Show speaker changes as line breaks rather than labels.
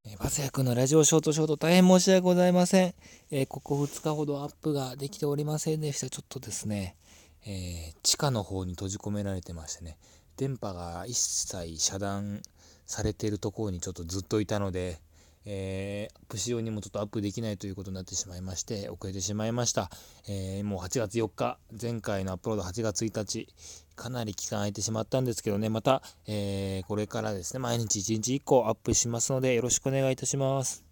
バスヤ君のラジオショート大変申し訳ございません。ここ2日ほどアップができておりませんでした。ちょっとですね、地下の方に閉じ込められてましてね、電波が一切遮断されているところにちょっとずっといたので、アップ仕様にもちょっとアップできないということになってしまいまして、遅れてしまいました。もう8月4日、前回のアップロード8月1日、かなり期間空いてしまったんですけどね、また、これからですね、毎日1日1個アップしますので、よろしくお願いいたします。